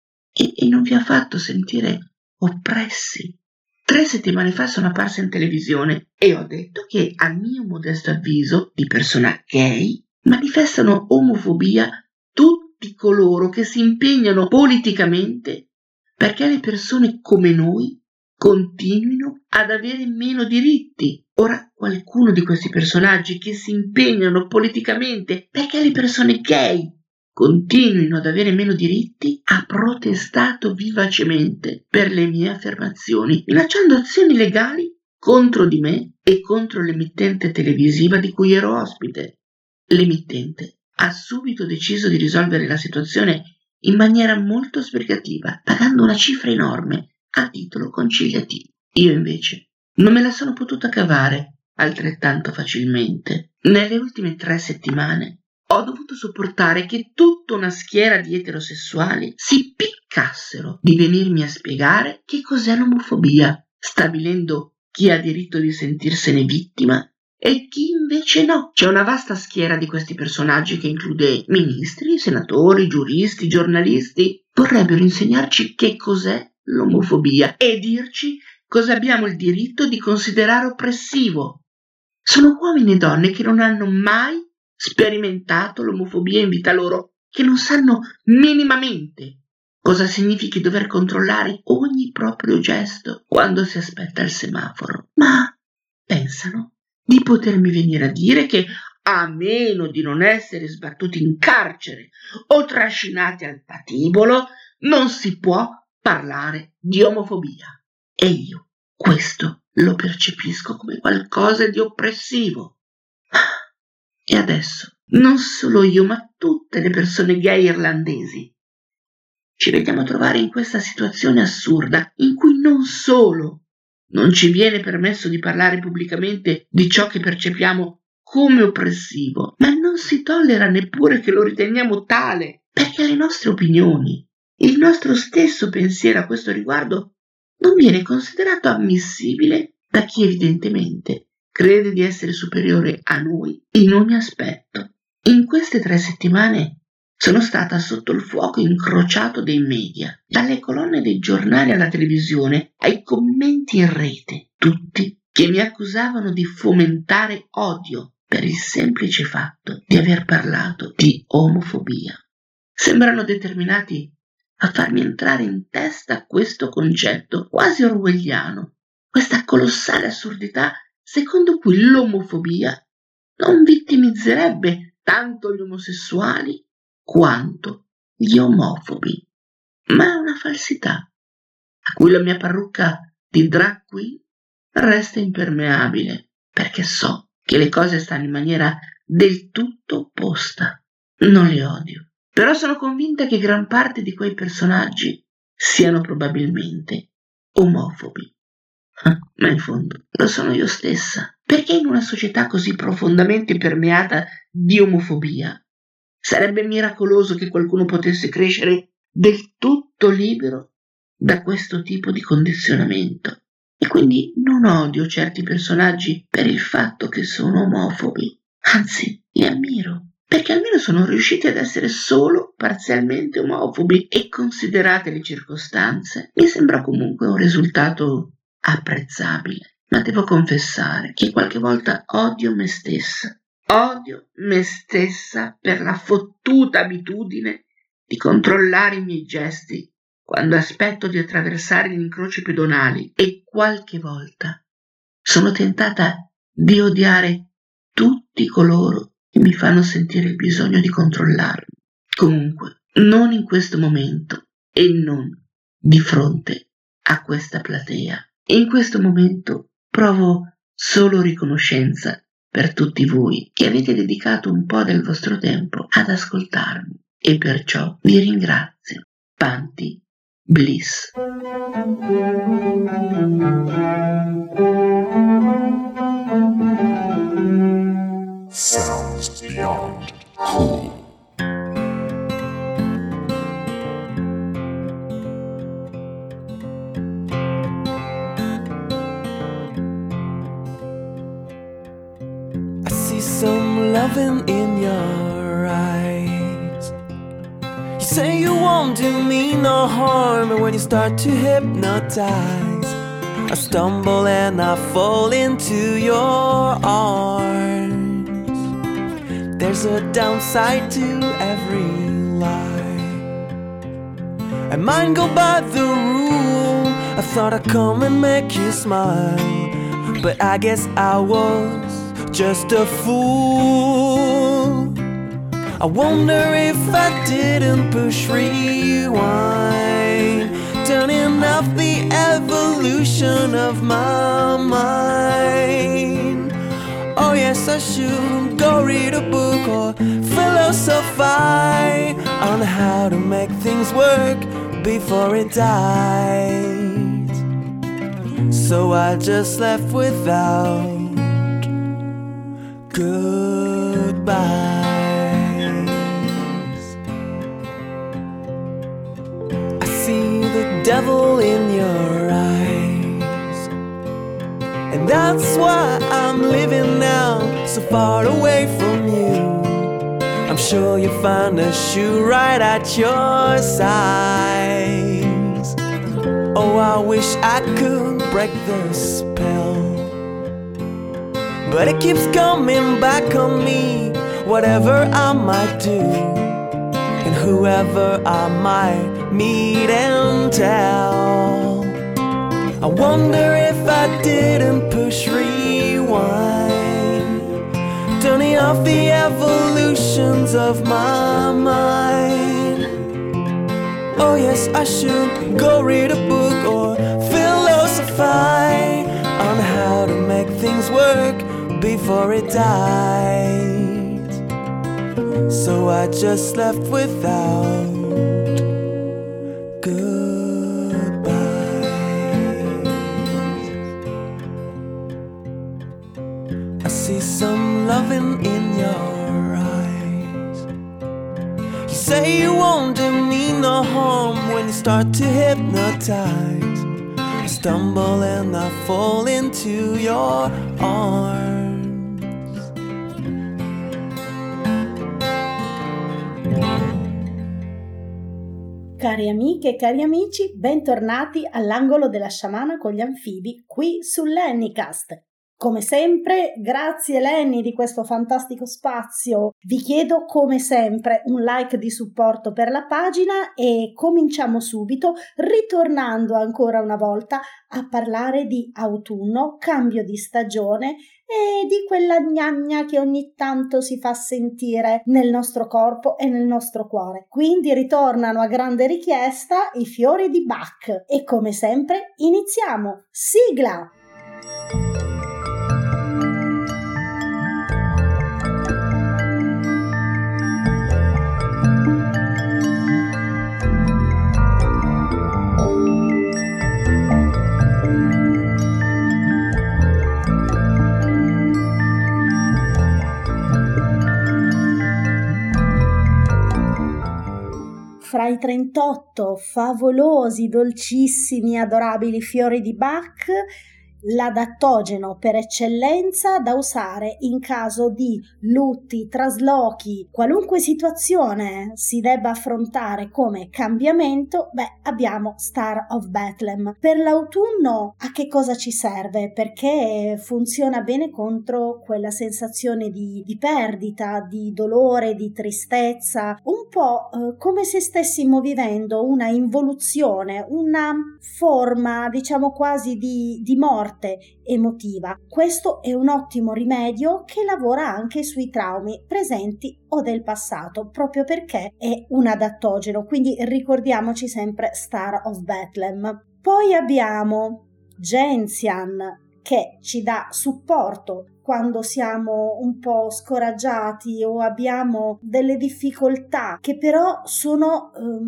E non vi ha fatto sentire oppressi? 3 settimane fa sono apparsa in televisione e ho detto che, a mio modesto avviso, di persona gay manifestano omofobia tutte tutti coloro che si impegnano politicamente perché le persone come noi continuino ad avere meno diritti. Ora, qualcuno di questi personaggi che si impegnano politicamente perché le persone gay continuino ad avere meno diritti ha protestato vivacemente per le mie affermazioni, minacciando azioni legali contro di me e contro l'emittente televisiva di cui ero ospite. L'emittente ha subito deciso di risolvere la situazione in maniera molto sbrigativa, pagando una cifra enorme a titolo conciliativo. Io invece non me la sono potuta cavare altrettanto facilmente. Nelle ultime 3 settimane ho dovuto sopportare che tutta una schiera di eterosessuali si piccassero di venirmi a spiegare che cos'è l'omofobia, stabilendo chi ha diritto di sentirsene vittima e chi invece no. C'è una vasta schiera di questi personaggi che include ministri, senatori, giuristi, giornalisti. Vorrebbero insegnarci che cos'è l'omofobia e dirci cosa abbiamo il diritto di considerare oppressivo. Sono uomini e donne che non hanno mai sperimentato l'omofobia in vita loro, che non sanno minimamente cosa significhi dover controllare ogni proprio gesto quando si aspetta il semaforo, ma pensano di potermi venire a dire che a meno di non essere sbattuti in carcere o trascinati al patibolo non si può parlare di omofobia. E io questo lo percepisco come qualcosa di oppressivo. E adesso non solo io, ma tutte le persone gay irlandesi ci vediamo trovare in questa situazione assurda in cui non solo non ci viene permesso di parlare pubblicamente di ciò che percepiamo come oppressivo, ma non si tollera neppure che lo riteniamo tale, perché le nostre opinioni, il nostro stesso pensiero a questo riguardo non viene considerato ammissibile da chi evidentemente crede di essere superiore a noi in ogni aspetto. In queste 3 settimane sono stata sotto il fuoco incrociato dei media, dalle colonne dei giornali alla televisione, ai commenti in rete, tutti che mi accusavano di fomentare odio per il semplice fatto di aver parlato di omofobia. Sembrano determinati a farmi entrare in testa questo concetto quasi orwelliano, questa colossale assurdità secondo cui l'omofobia non vittimizzerebbe tanto gli omosessuali quanto gli omofobi. Ma è una falsità a cui la mia parrucca di drag queen resta impermeabile, perché so che le cose stanno in maniera del tutto opposta. Non li odio, però sono convinta che gran parte di quei personaggi siano probabilmente omofobi. Ma in fondo lo sono io stessa, perché in una società così profondamente permeata di omofobia sarebbe miracoloso che qualcuno potesse crescere del tutto libero da questo tipo di condizionamento. E quindi non odio certi personaggi per il fatto che sono omofobi, anzi li ammiro, perché almeno sono riusciti ad essere solo parzialmente omofobi e, considerate le circostanze, mi sembra comunque un risultato apprezzabile. Ma devo confessare che qualche volta odio me stessa per la fottuta abitudine di controllare i miei gesti quando aspetto di attraversare gli incroci pedonali, e qualche volta sono tentata di odiare tutti coloro che mi fanno sentire il bisogno di controllarmi. Comunque, non in questo momento e non di fronte a questa platea. In questo momento provo solo riconoscenza per tutti voi che avete dedicato un po' del vostro tempo ad ascoltarmi, e perciò vi ringrazio. Panti Bliss. Sounds beyond cool. Some loving in your eyes. You say you won't do me no harm, but when you start to hypnotize, I stumble and I fall into your arms. There's a downside to every lie. And mine go by the rule, I thought I'd come and make you smile, but I guess I was just a fool. I wonder if I didn't push rewind, turning off the evolution of my mind. Oh yes, I should go read a book or philosophize on how to make things work before it dies. So I just left without goodbyes. I see the devil in your eyes, and that's why I'm living now, so far away from you. I'm sure you'll find a shoe right at your size. Oh, I wish I could break the spell, but it keeps coming back on me, whatever I might do, and whoever I might meet and tell. I wonder if I didn't push rewind, turning off the evolutions of my mind. Oh yes, I should go read a book or philosophize on how to make things work before it dies. So I just left without goodbyes. I see some loving in your eyes. You say you won't do me no harm when you start to hypnotize. I stumble and I fall into your arms. Cari amiche e cari amici, bentornati all'angolo della sciamana con gli anfibi qui su Lennycast. Come sempre, grazie Lenny di questo fantastico spazio. Vi chiedo come sempre un like di supporto per la pagina e cominciamo subito ritornando ancora una volta a parlare di autunno, cambio di stagione e di quella gnagna che ogni tanto si fa sentire nel nostro corpo e nel nostro cuore. Quindi ritornano a grande richiesta i fiori di Bach e come sempre iniziamo. Sigla! Fra i 38 favolosi, dolcissimi, adorabili fiori di Bach, l'adattogeno per eccellenza da usare in caso di lutti, traslochi, qualunque situazione si debba affrontare come cambiamento, abbiamo Star of Bethlehem. Per l'autunno a che cosa ci serve? Perché funziona bene contro quella sensazione di perdita, di dolore, di tristezza, un po' come se stessimo vivendo una involuzione, una forma diciamo quasi di morte emotiva. Questo è un ottimo rimedio che lavora anche sui traumi presenti o del passato, proprio perché è un adattogeno, quindi ricordiamoci sempre Star of Bethlehem. Poi abbiamo Gentian che ci dà supporto quando siamo un po' scoraggiati o abbiamo delle difficoltà che però sono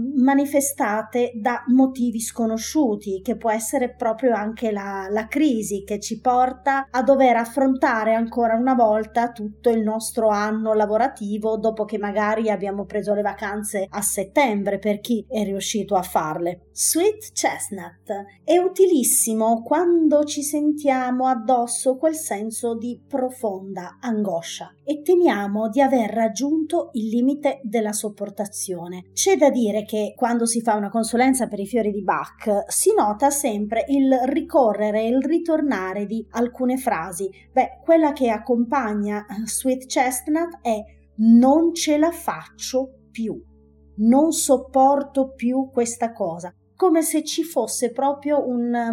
manifestate da motivi sconosciuti, che può essere proprio anche la crisi che ci porta a dover affrontare ancora una volta tutto il nostro anno lavorativo dopo che magari abbiamo preso le vacanze a settembre, per chi è riuscito a farle. Sweet Chestnut è utilissimo quando ci sentiamo addosso quel senso di profonda angoscia e temiamo di aver raggiunto il limite della sopportazione. C'è da dire che quando si fa una consulenza per i fiori di Bach si nota sempre il ricorrere e il ritornare di alcune frasi. Quella che accompagna Sweet Chestnut è "non ce la faccio più". non sopporto più questa cosa, come se ci fosse proprio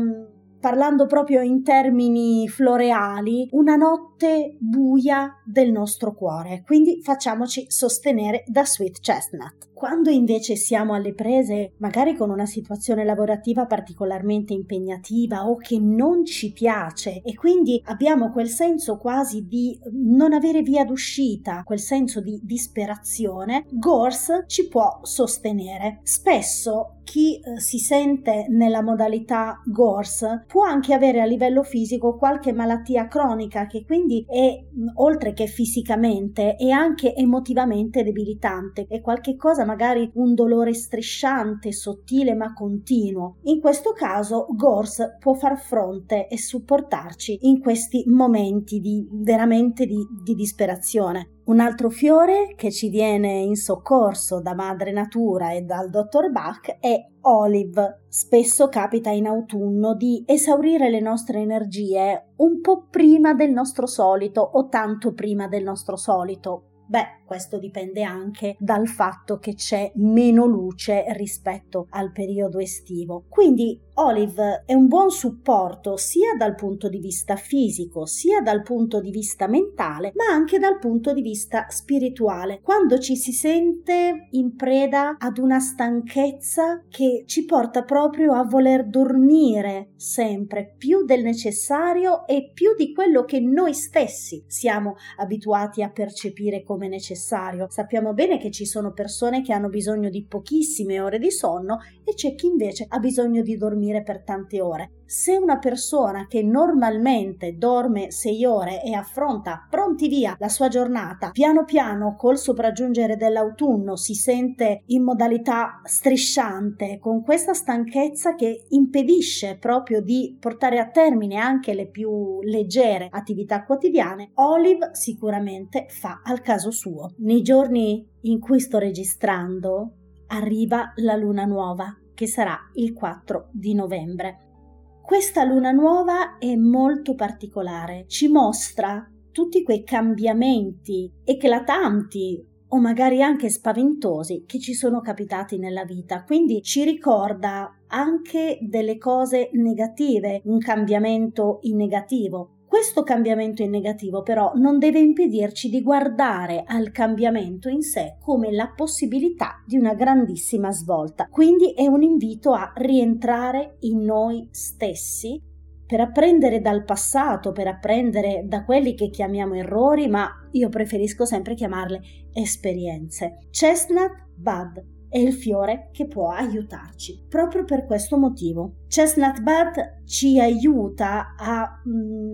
parlando proprio in termini floreali, una notte buia del nostro cuore. Quindi facciamoci sostenere da Sweet Chestnut. Quando invece siamo alle prese, magari con una situazione lavorativa particolarmente impegnativa o che non ci piace e quindi abbiamo quel senso quasi di non avere via d'uscita, quel senso di disperazione, Gorse ci può sostenere. Spesso chi si sente nella modalità Gorse può anche avere a livello fisico qualche malattia cronica che quindi è, oltre che fisicamente, è anche emotivamente debilitante, è qualche cosa, magari un dolore strisciante, sottile ma continuo. In questo caso Gorse può far fronte e supportarci in questi momenti veramente di disperazione. Un altro fiore che ci viene in soccorso da Madre Natura e dal Dr. Bach è Olive. Spesso capita in autunno di esaurire le nostre energie un po' prima del nostro solito o tanto prima del nostro solito. Beh, questo dipende anche dal fatto che c'è meno luce rispetto al periodo estivo. Quindi Olive è un buon supporto sia dal punto di vista fisico, sia dal punto di vista mentale, ma anche dal punto di vista spirituale. Quando ci si sente in preda ad una stanchezza che ci porta proprio a voler dormire sempre più del necessario e più di quello che noi stessi siamo abituati a percepire come necessario. Sappiamo bene che ci sono persone che hanno bisogno di pochissime ore di sonno e c'è chi invece ha bisogno di dormire per tante ore. Se una persona che normalmente dorme 6 ore e affronta pronti via la sua giornata, piano piano col sopraggiungere dell'autunno si sente in modalità strisciante, con questa stanchezza che impedisce proprio di portare a termine anche le più leggere attività quotidiane, Olive sicuramente fa al caso suo. Nei giorni in cui sto registrando arriva la luna nuova, che sarà il 4 di novembre. Questa luna nuova è molto particolare, ci mostra tutti quei cambiamenti eclatanti o magari anche spaventosi che ci sono capitati nella vita, quindi ci ricorda anche delle cose negative, un cambiamento in negativo. Questo cambiamento in negativo però non deve impedirci di guardare al cambiamento in sé come la possibilità di una grandissima svolta. Quindi è un invito a rientrare in noi stessi per apprendere dal passato, per apprendere da quelli che chiamiamo errori, ma io preferisco sempre chiamarle esperienze. Chestnut Bud è il fiore che può aiutarci proprio per questo motivo. Chestnut Bud ci aiuta a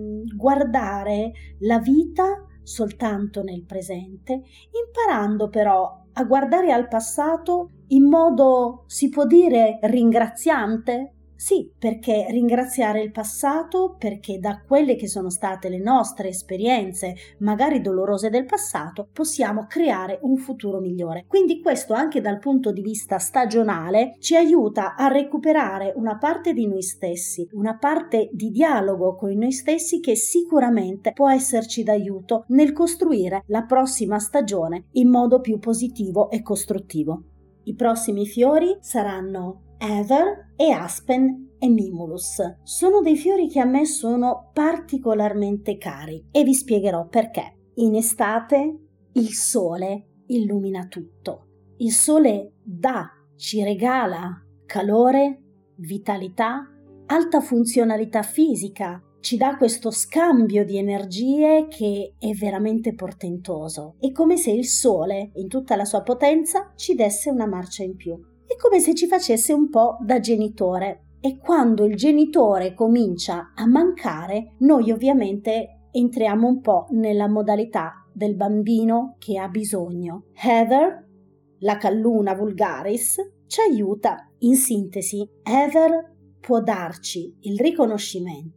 guardare la vita soltanto nel presente, imparando però a guardare al passato in modo, si può dire, ringraziante. Sì, perché ringraziare il passato, perché da quelle che sono state le nostre esperienze, magari dolorose del passato, possiamo creare un futuro migliore. Quindi questo anche dal punto di vista stagionale ci aiuta a recuperare una parte di noi stessi, una parte di dialogo con noi stessi che sicuramente può esserci d'aiuto nel costruire la prossima stagione in modo più positivo e costruttivo. I prossimi fiori saranno Heather e Aspen e Mimulus. Sono dei fiori che a me sono particolarmente cari e vi spiegherò perché. In estate il sole illumina tutto. Il sole ci regala calore, vitalità, alta funzionalità fisica, ci dà questo scambio di energie che è veramente portentoso. È come se il sole, in tutta la sua potenza, ci desse una marcia in più. È come se ci facesse un po' da genitore. E quando il genitore comincia a mancare, noi ovviamente entriamo un po' nella modalità del bambino che ha bisogno. Heather, la Calluna vulgaris, ci aiuta. In sintesi, Heather può darci il riconoscimento,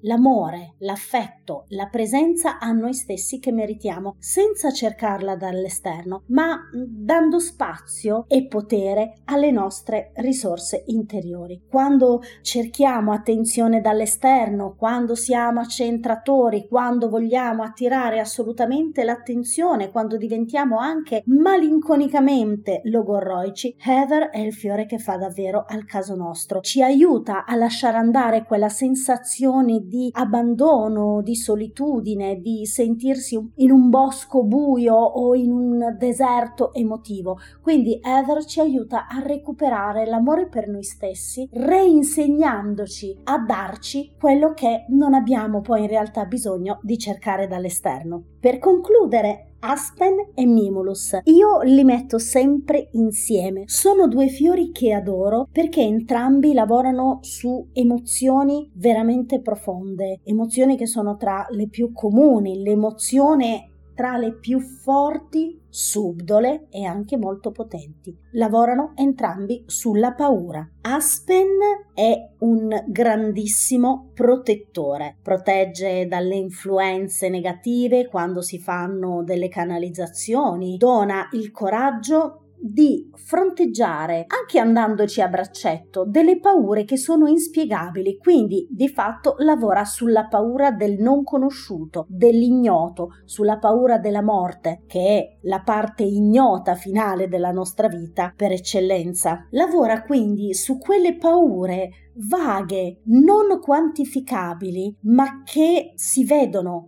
l'amore, l'affetto, la presenza a noi stessi che meritiamo, senza cercarla dall'esterno, ma dando spazio e potere alle nostre risorse interiori. Quando cerchiamo attenzione dall'esterno, quando siamo accentratori, quando vogliamo attirare assolutamente l'attenzione, quando diventiamo anche malinconicamente logorroici, Heather è il fiore che fa davvero al caso nostro. Ci aiuta a lasciare andare quella sensazione di abbandono, di solitudine, di sentirsi in un bosco buio o in un deserto emotivo. Quindi Heather ci aiuta a recuperare l'amore per noi stessi, reinsegnandoci a darci quello che non abbiamo poi in realtà bisogno di cercare dall'esterno. Per concludere, Aspen e Mimulus, io li metto sempre insieme. Sono due fiori che adoro perché entrambi lavorano su emozioni veramente profonde, emozioni che sono tra le più comuni, l'emozione tra le più forti, subdole e anche molto potenti. Lavorano entrambi sulla paura. Aspen è un grandissimo protettore, protegge dalle influenze negative quando si fanno delle canalizzazioni, dona il coraggio di fronteggiare, anche andandoci a braccetto, delle paure che sono inspiegabili, quindi di fatto lavora sulla paura del non conosciuto, dell'ignoto, sulla paura della morte, che è la parte ignota finale della nostra vita per eccellenza. Lavora quindi su quelle paure vaghe, non quantificabili, ma che si vedono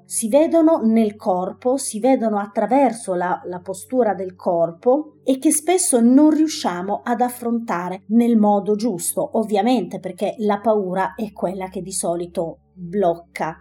nel corpo, si vedono attraverso la postura del corpo e che spesso non riusciamo ad affrontare nel modo giusto, ovviamente perché la paura è quella che di solito blocca,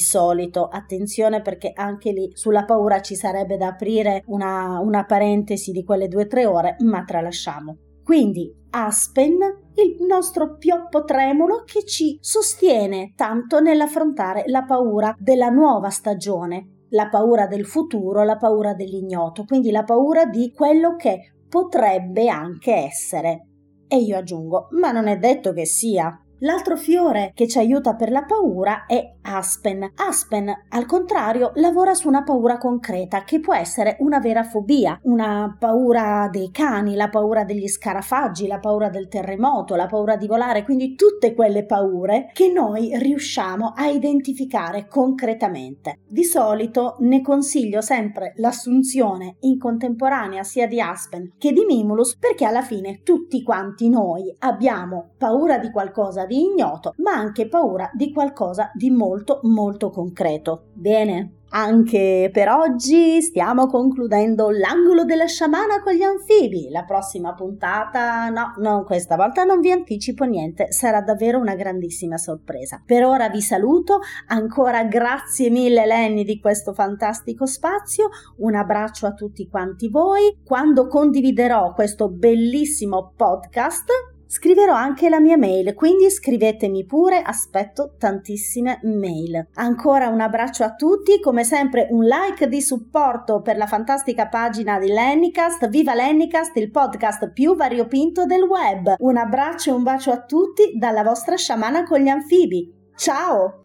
attenzione, perché anche lì sulla paura ci sarebbe da aprire una parentesi di quelle 2-3 ore, ma tralasciamo. Quindi Aspen, il nostro pioppo tremulo che ci sostiene tanto nell'affrontare la paura della nuova stagione, la paura del futuro, la paura dell'ignoto, quindi la paura di quello che potrebbe anche essere. E io aggiungo, ma non è detto che sia. L'altro fiore che ci aiuta per la paura è Aspen. Aspen, al contrario, lavora su una paura concreta che può essere una vera fobia, una paura dei cani, la paura degli scarafaggi, la paura del terremoto, la paura di volare, quindi tutte quelle paure che noi riusciamo a identificare concretamente. Di solito ne consiglio sempre l'assunzione in contemporanea sia di Aspen che di Mimulus, perché alla fine tutti quanti noi abbiamo paura di qualcosa di ignoto, ma anche paura di qualcosa di molto molto concreto. Bene, anche per oggi stiamo concludendo l'angolo della sciamana con gli anfibi. La prossima puntata, no, questa volta non vi anticipo niente, sarà davvero una grandissima sorpresa. Per ora vi saluto, ancora grazie mille Lenny di questo fantastico spazio, un abbraccio a tutti quanti voi. Quando condividerò questo bellissimo podcast scriverò anche la mia mail, quindi scrivetemi pure, aspetto tantissime mail. Ancora un abbraccio a tutti, come sempre un like di supporto per la fantastica pagina di Lennycast. Viva Lennycast, il podcast più variopinto del web. Un abbraccio e un bacio a tutti dalla vostra sciamana con gli anfibi. Ciao!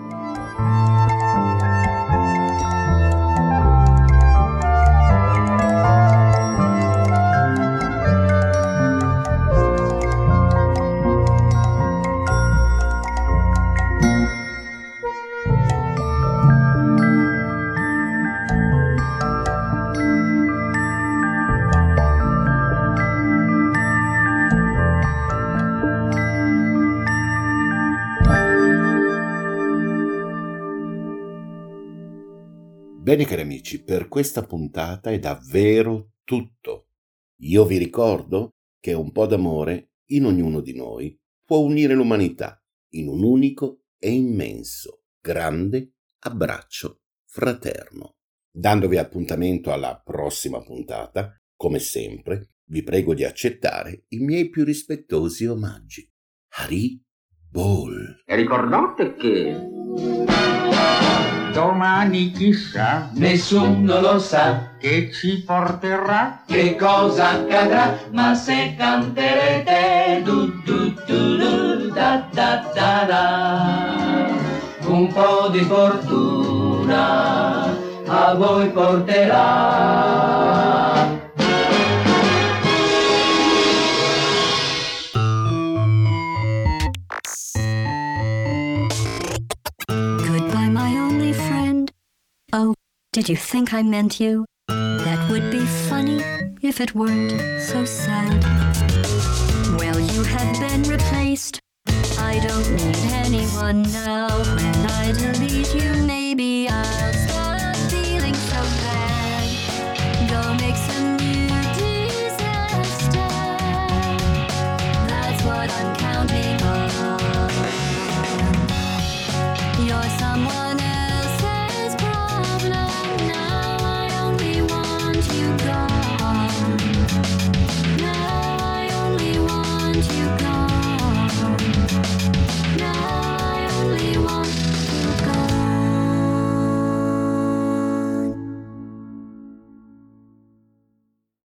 Bene cari amici, per questa puntata è davvero tutto. Io vi ricordo che un po' d'amore in ognuno di noi può unire l'umanità in un unico e immenso, grande abbraccio fraterno. Dandovi appuntamento alla prossima puntata, come sempre, vi prego di accettare i miei più rispettosi omaggi. Hari Bol. E ricordate che domani chissà, nessuno lo sa, che ci porterà, che cosa accadrà, ma se canterete du du du du da da da da. un po' di fortuna a voi porterà. Goodbye, my only friend. Oh, did you think I meant you? That would be funny if it weren't so sad. Well, you have been replaced. I don't need anyone now. When I delete you, maybe I'll